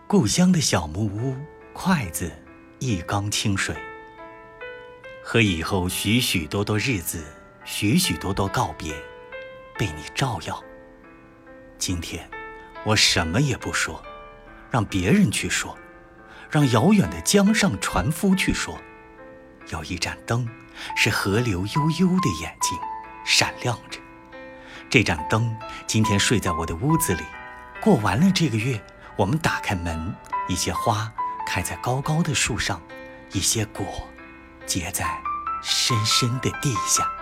故乡的小木屋，筷子一缸清水，和以后许许多多日子，许许多多告别，被你照耀。今天我什么也不说，让别人去说，让遥远的江上船夫去说。有一盏灯，是河流悠悠的眼睛，闪亮着。这盏灯今天睡在我的屋子里。过完了这个月，我们打开门，一些花开在高高的树上，一些果结在深深的地下。